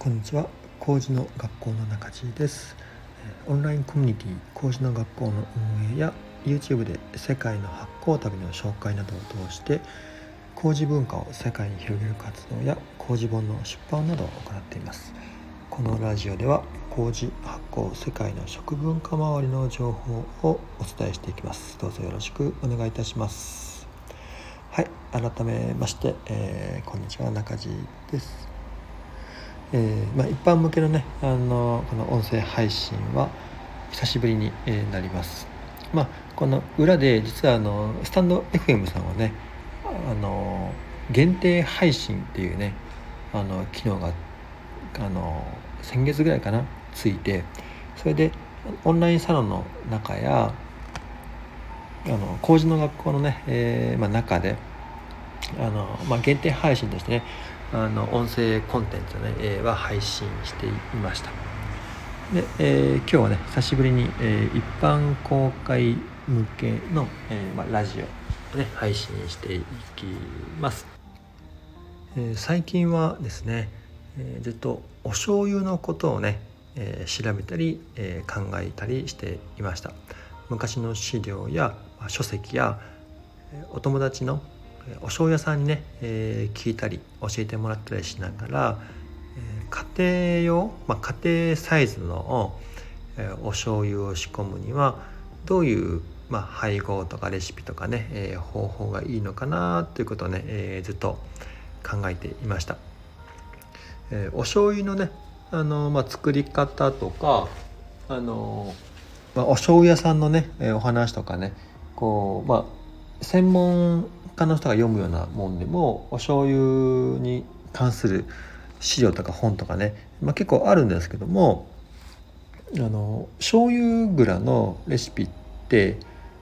こんにちは。麹の学校の中地です。オンラインコミュニティ麹の学校の運営や YouTube で世界の発酵旅の紹介などを通して麹文化を世界に広げる活動や麹本の出版などを行っています。このラジオでは麹、発酵、世界の食文化周りの情報をお伝えしていきます。どうぞよろしくお願いいたします。はい、改めまして、こんにちは、中地です。一般向けのねこの音声配信は久しぶりになります。この裏で実はスタンド FM さんはね限定配信っていうね機能が先月ぐらいかなついて、それでオンラインサロンの中や麹の学校のね、中で限定配信としてね音声コンテンツをね、は配信していました。で、今日はね久しぶりに、一般公開向けの、ラジオをね配信していきます。最近はですね、ずっとお醤油のことをね、調べたり、考えたりしていました。昔の資料や書籍やお友達のお醤油屋さんにね、聞いたり教えてもらったりしながら、家庭用、家庭サイズの、お醤油を仕込むにはどういう、配合とかレシピとかね、方法がいいのかなということをね、ずっと考えていました。お醤油のね作り方とかお醤油屋さんのね、お話とかね専門家の人が読むようなもんでもお醤油に関する資料とか本とかね、結構あるんですけども、醤油蔵のレシピって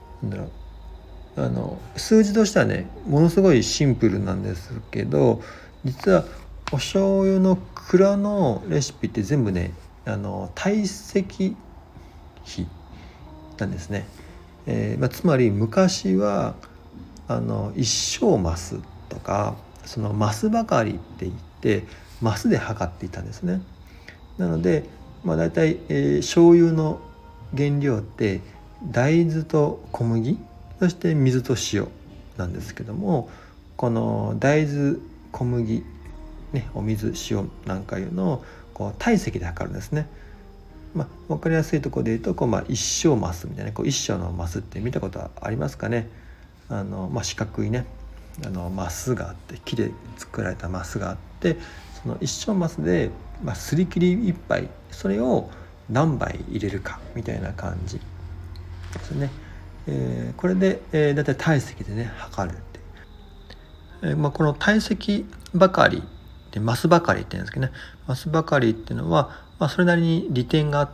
数字としてはねものすごいシンプルなんですけど、実はお醤油の蔵のレシピって全部ね堆積比なんですね。つまり昔は一升マスとかそのマスばかりって言ってマスで測っていたんですね。なのでだいたい醤油の原料って大豆と小麦そして水と塩なんですけども、この大豆小麦、お水塩なんかいうのを体積で測るんですね。分かりやすいところで言うと一升マスみたいな一升のマスって見たことはありますかね。四角いねマスがあって木で作られたマスがあって、その一升マスですり切り1杯それを何杯入れるかみたいな感じですね。これで、だいたい体積でね測るって、この体積ばかりでマスばかりって言うんですけどね、マスばかりっていうのは、それなりに利点があって、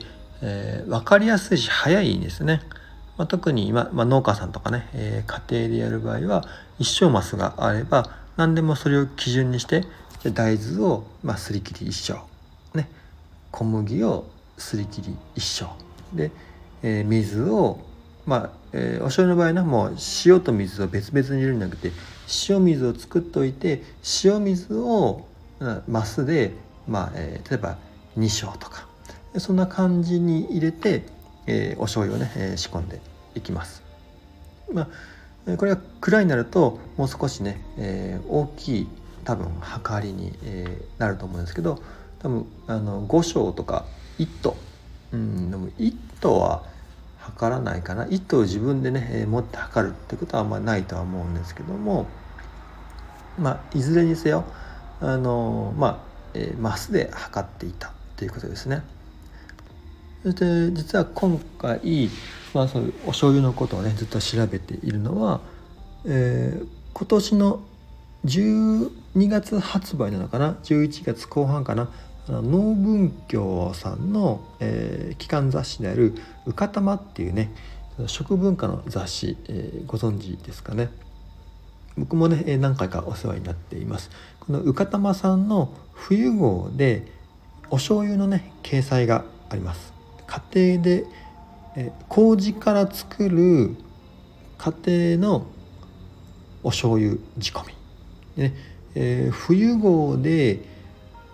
分かりやすいし早いんですね。特に今、農家さんとかね、家庭でやる場合は一升マスがあれば何でもそれを基準にして大豆をすり切り一升、小麦をすり切り一升で、水をお醤油の場合もう塩と水を別々に入れるんじゃなくて塩水を作っといて塩水をマスで、例えば2升とかそんな感じに入れて、お醤油をね、仕込んでいきます。これが蔵になるともう少しね、大きい多分量りに、なると思うんですけど、多分5升とか1斗、でも1斗は測らないかな。1斗を自分でね、持って測るってことはあんまないとは思うんですけども、いずれにせよマスで測っていたということですね。そして実は今回、そういうお醤油のことをねずっと調べているのは、今年の12月発売なのかな、11月後半かな、農文教さんの、期間雑誌であるうかたまっていうね食文化の雑誌、ご存知ですかね。僕もね何回かお世話になっています。このうかたまさんの冬号でお醤油のね掲載があります。家庭で麹から作る家庭のお醤油仕込みで、冬号で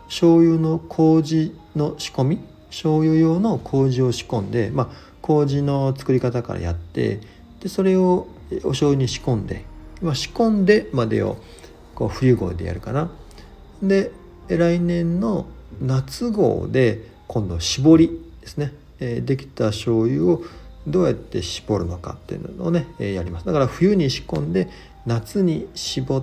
醤油の麹の仕込み、醤油用の麹を仕込んで、麹の作り方からやって、でそれをお醤油に仕込んで、仕込んでまでをこう冬号でやるかな。で来年の夏号で今度絞りですね、できた醤油をどうやって絞るのかっていうのをね、やります。だから冬に仕込んで夏に絞って、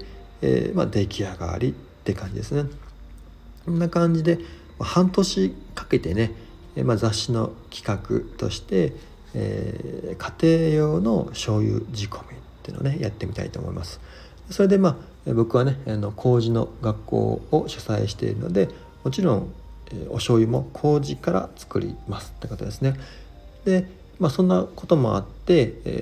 出来上がりって感じですね。こんな感じで半年かけてね、雑誌の企画として、家庭用の醤油仕込みっていうのをねやってみたいと思います。それで僕はね麹の学校を主催しているので、もちろんお醤油も麹から作りますってことですね。で、そんなこともあって、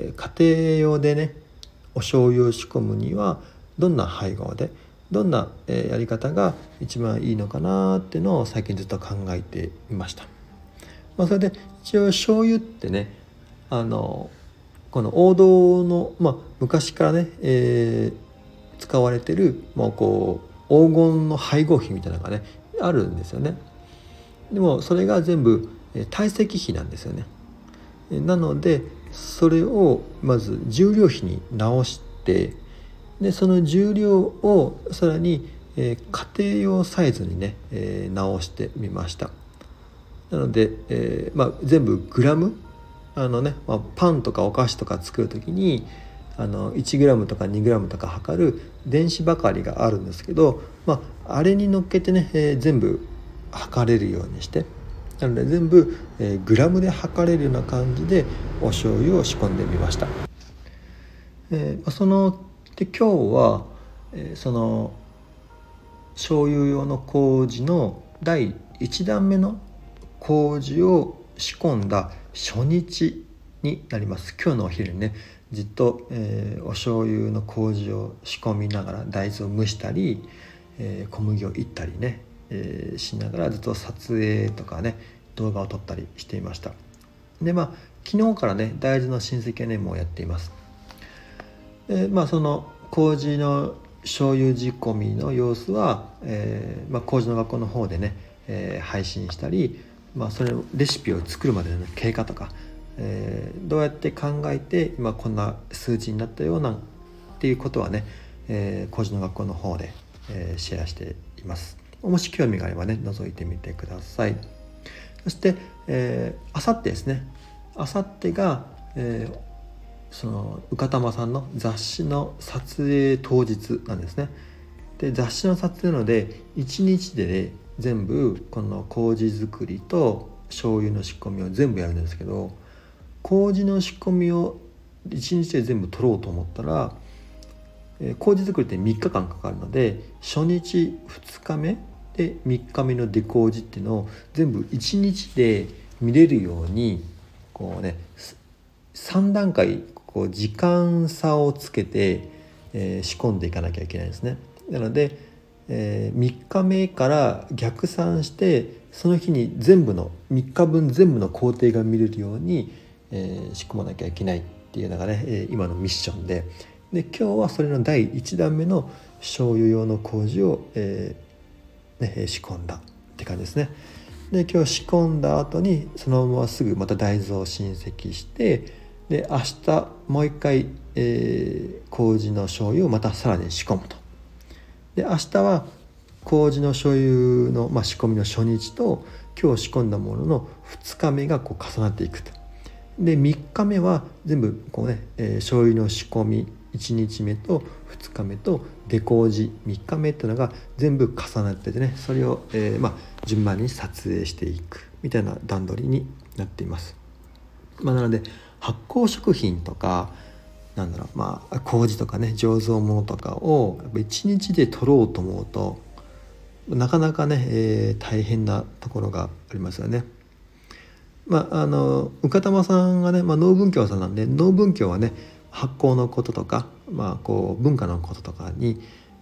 家庭用でねお醤油を仕込むにはどんな配合でどんなやり方が一番いいのかなっていうのを最近ずっと考えていました。それで一応醤油ってねこの王道の、昔からね、使われてる黄金の配合比みたいなのがねあるんですよね。でもそれが全部堆積比なんですよね。なのでそれをまず重量比に直して、でその重量をさらに、家庭用サイズにね、直してみました。なので、全部グラムパンとかお菓子とか作る時に1グラムとか2グラムとか測る電子ばかりがあるんですけど、あれに乗っけてね、全部測れるようにして、なので全部、グラムで測れるような感じでお醤油を仕込んでみました。で今日は、その醤油用の麹の第1弾目の麹を仕込んだ初日になります。今日のお昼にねずっと、お醤油の麹を仕込みながら大豆を蒸したり、小麦をいったりね、しながらずっと撮影とかね動画を撮ったりしていました。で昨日からね大豆の親戚はねもうやっています。でその麹の醤油仕込みの様子は、麹の学校の方でね、配信したり、それレシピを作るまでの経過とか、どうやって考えて今こんな数値になったようなっていうことはね、麹の学校の方で、シェアしています。もし興味があればね覗いてみてください。そして、あさってですね、あさってが、そのうかたまさんの雑誌の撮影当日なんですね。で雑誌の撮影なので1日で、ね、全部この麹作りと醤油の仕込みを全部やるんですけど、麹の仕込みを1日で全部取ろうと思ったら、麹作りって3日間かかるので、初日2日目で3日目の出麹っていうのを全部1日で見れるようにこうね3段階時間差をつけて、仕込んでいかなきゃいけないんですね。なので、3日目から逆算してその日に全部の3日分全部の工程が見れるように、仕込まなきゃいけないっていうのがね、今のミッションで、今日はそれの第1弾目の醤油用の麹を、仕込んだって感じですね。で今日仕込んだ後にそのまますぐまた大豆を浸積して、で明日もう一回、麹の醤油をまたさらに仕込むと。で明日は麹の醤油の、仕込みの初日と今日仕込んだものの2日目が重なっていくと。で3日目は全部醤油の仕込み1日目と2日目と出麹3日目っていうのが全部重なっててね、それを、順番に撮影していくみたいな段取りになっています。なので発酵食品とか麹とかね醸造物とかを1日で取ろうと思うとなかなかね、大変なところがありますよね。うかたまさんがね、農文教さんなんで、農文教はね発酵のこととか、文化のこととかに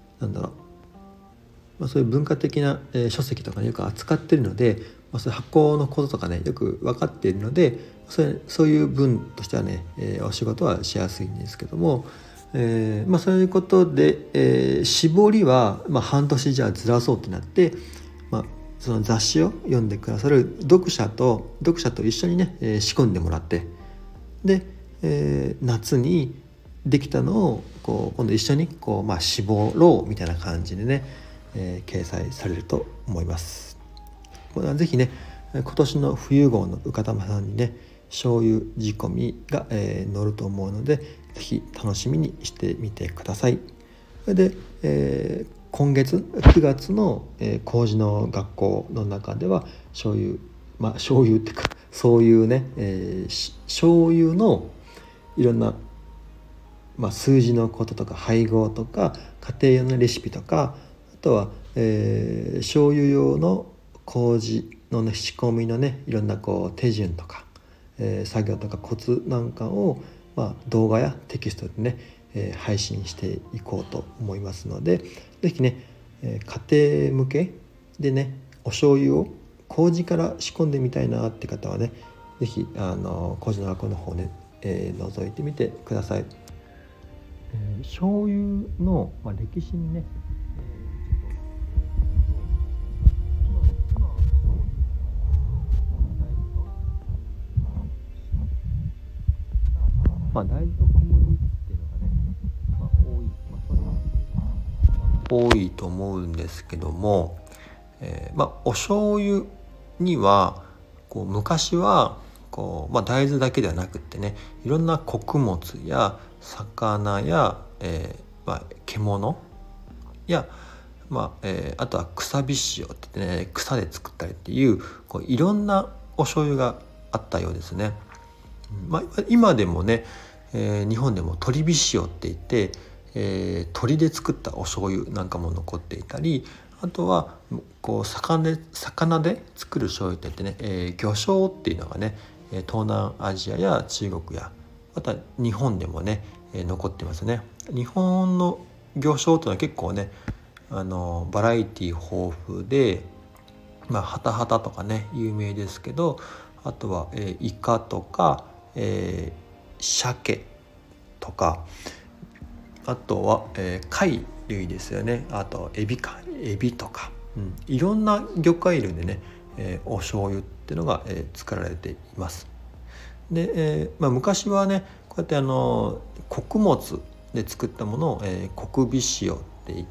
そういう文化的な、書籍とかねよく扱っているので、そういう発酵のこととかねよく分かっているので、そういう分としてはね、お仕事はしやすいんですけども、 そういうことで、絞りは、半年じゃあずらそうってなって、その雑誌を読んでくださる読者と一緒にね、仕込んでもらって、で、夏にできたのを今度一緒に絞ろうみたいな感じでね、掲載されると思います。これはぜひね、今年の冬号のうかたまさんにね、醤油仕込みが、載ると思うので、ぜひ楽しみにしてみてください。それで、今月9月の、麹の学校の中では醤油っていうか、そういうね、醤油のいろんな、数字のこととか配合とか家庭用のレシピとか、あとは、醤油用の麹の、ね、仕込みのね、いろんな手順とか、作業とかコツなんかを、動画やテキストでね、配信していこうと思いますので、ぜひね、家庭向けでね、お醤油を麹から仕込んでみたいなって方はね、ぜひ麹の学校の方ね、覗いてみてください。醤油の、歴史にね、大豆と小麦っていうのがね、多いと思うんですけども、お醤油には昔は大豆だけではなくってね、いろんな穀物や魚や、獣や、あとは草び塩って言ってね、草で作ったりっていう、いろんなお醤油があったようですね。今でもね、日本でも鶏火塩って言って、鶏で作ったお醤油なんかも残っていたり、あとは魚で作る醤油って言ってね、魚醤っていうのがね、東南アジアや中国やまた日本でもね、残ってますね。日本の魚醤というのは結構ね、バラエティ豊富で、ハタハタとかね有名ですけど、あとは、イカとか、鮭とか、あとは、貝類ですよね。あとエビとか、いろんな魚介類でね、お醤油っていうのが、作られています。で、昔はね、こうやって穀物で作ったものを、穀火塩って言って、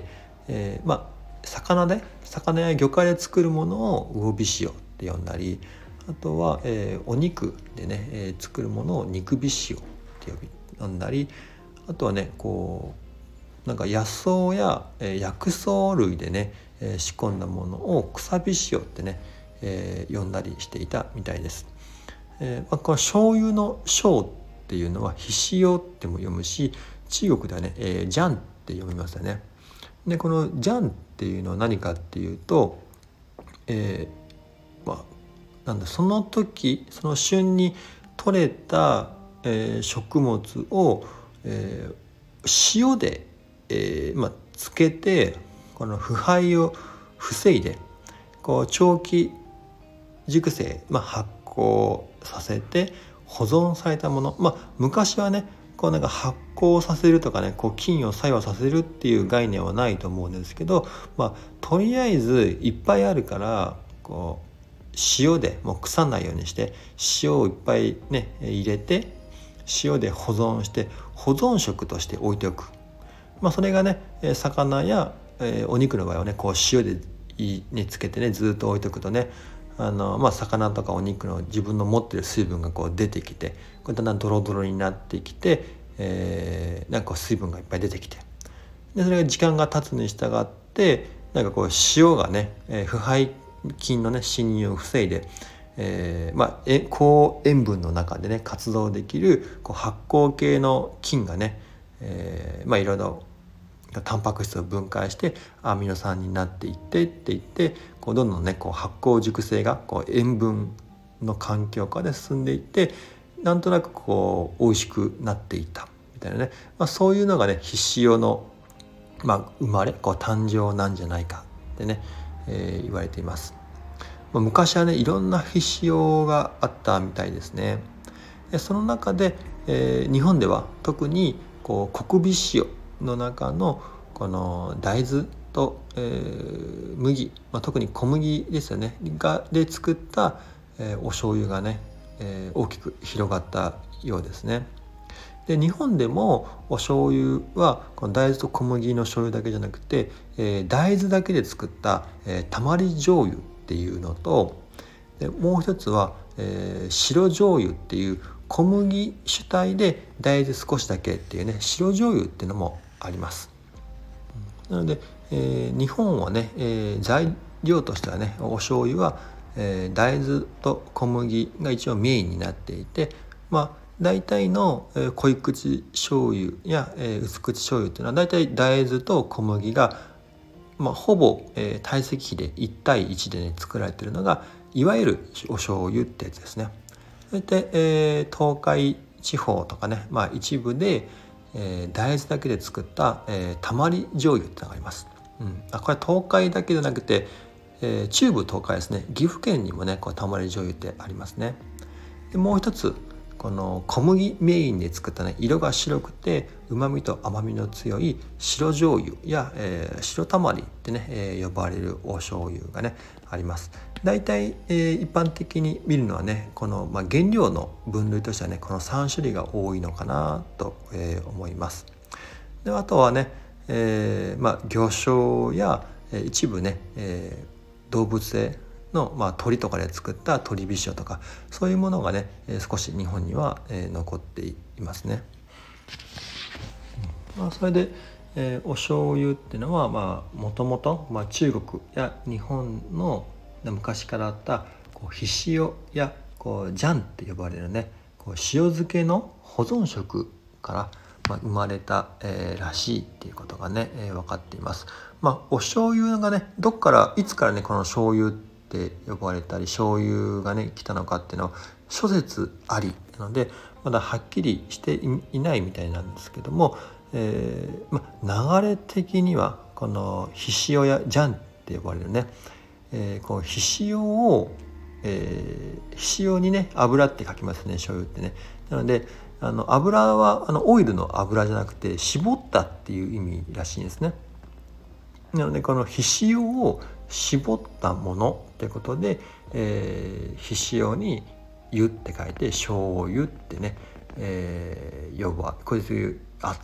魚や魚介で作るものを魚火塩って呼んだり、あとは、お肉でね、作るものを肉火塩って呼んだり、あとはねなんか野草や、薬草類でね、仕込んだものを草火塩ってね、呼んだりしていたみたいです。この醤油の醤っていうのはひしおっても読むし、中国ではね、ジャンって読みますよね。でこのジャンっていうのは何かっていうと、その時その旬に採れた、食物を、塩で、つけてこの腐敗を防いで長期熟成、発酵させて保存されたもの、昔はねなんか発酵させるとかね、菌を作用させるっていう概念はないと思うんですけど、とりあえずいっぱいあるから塩でもう腐らないようにして塩をいっぱいね入れて塩で保存して保存食として置いておく。それがね魚や、お肉の場合はね塩でつけてねずっと置いとくとね、魚とかお肉の自分の持ってる水分が出てきて、だんだんドロドロになってきて、なんか水分がいっぱい出てきて、でそれが時間が経つに従ってなんか塩がね、腐敗菌のね侵入を防いで、高塩分の中でね活動できる発酵系の菌がね、いろいろタンパク質を分解してアミノ酸になっていってっていってどんどんね発酵熟成が塩分の環境下で進んでいって、なんとなく美味しくなっていったみたいなね、そういうのがねひしおの、生まれ誕生なんじゃないかってね、言われています。昔はねいろんなひしおがあったみたいですね。その中で、日本では特に小首塩の中のこの大豆と、麦、特に小麦ですよねで作った、お醤油がね、大きく広がったようですね。で日本でもお醤油はこの大豆と小麦の醤油だけじゃなくて、大豆だけで作った、たまり醤油っていうのと、でもう一つは、白醤油っていう小麦主体で大豆少しだけっていうね白醤油っていうのもあります。なので、日本はね、材料としてはねお醤油は、大豆と小麦が一応メインになっていて、大体の濃い口醤油や薄口醤油っていうのは大体大豆と小麦が、ほぼ体積比で1対1でね作られているのがいわゆるお醤油ってやつですね。そして、東海地方とかね、一部で、大豆だけで作った、たまり醤油ってのがあります。これ東海だけじゃなくて、中部東海ですね、岐阜県にもねたまり醤油ってありますね。でもう一つこの小麦メインで作ったね色が白くて旨味と甘みの強い白醤油や、白たまりってね、呼ばれるお醤油がねあります。だいたい、一般的に見るのはねこの、原料の分類としてはねこの3種類が多いのかなと、思います。であとはね、魚醤や、一部ね、動物性の、鳥とかで作った鳥火塩とかそういうものがね、少し日本には、残っていますね。それで、お醤油っていうのはもともと中国や日本の昔からあったひしおや醤って呼ばれるね塩漬けの保存食から生まれた、らしいっていうことがね、分かっています。お醤油がねいつからねこの醤油って呼ばれたり醤油がね来たのかっていうのは諸説ありなのでまだはっきりしていないみたいなんですけども、流れ的にはこのひしおや醤って呼ばれるね、ひしおを、ひしおにね油って書きますね醤油ってね。なので油はオイルの油じゃなくて絞ったっていう意味らしいんですね。なのでこのひしおを絞ったものということで、ひしおに湯って書いて醤油ってね、こういう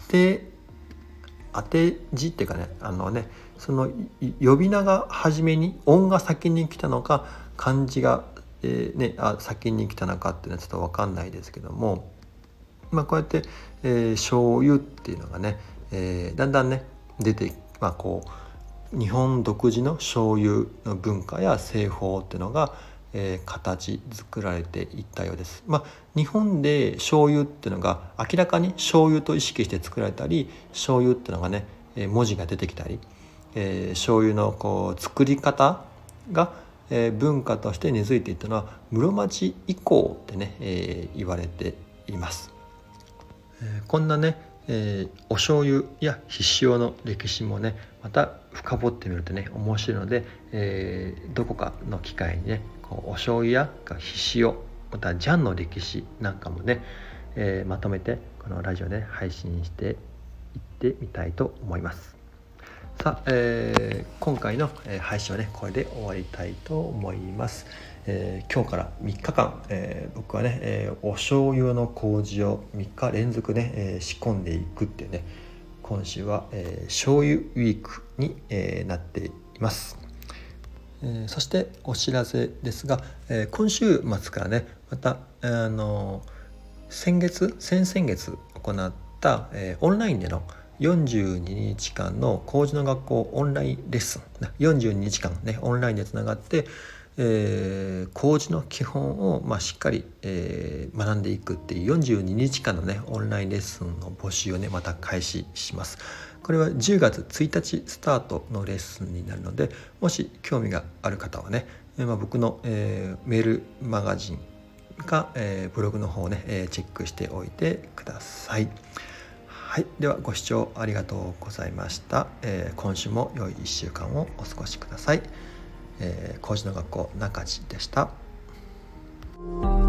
当て字っていうかねその呼び名が初めに音が先に来たのか漢字が、先に来たのかっていうのはちょっと分かんないですけども、こうやって、醤油っていうのがね、だんだんね出て日本独自の醤油の文化や製法っていうのが、形作られていったようです。日本で醤油っていうのが明らかに醤油と意識して作られたり醤油っていうのがね文字が出てきたり、醤油の作り方が、文化として根付いていったのは室町以降ってね、言われています。こんなね、お醤油やひしおの歴史もねまた深掘ってみるとね面白いので、どこかの機会にねお醤油やひしおまた醤の歴史なんかもね、まとめてこのラジオで配信していってみたいと思います。さあ、今回の配信はねこれで終わりたいと思います。今日から3日間、僕はね、お醤油の麹を3日連続ね、仕込んでいくっていうね今週は、醤油ウィークに、なっています。そしてお知らせですが、今週末からねまた先々月行った、オンラインでの42日間の麹の学校オンラインレッスン42日間ねオンラインでつながって、麹の基本を、しっかり、学んでいくっていう42日間のねオンラインレッスンの募集をねまた開始します。これは10月1日スタートのレッスンになるのでもし興味がある方はね、僕の、メールマガジンか、ブログの方をね、チェックしておいてください。はい、ではご視聴ありがとうございました。今週も良い1週間をお過ごしください。麹の学校中地でした。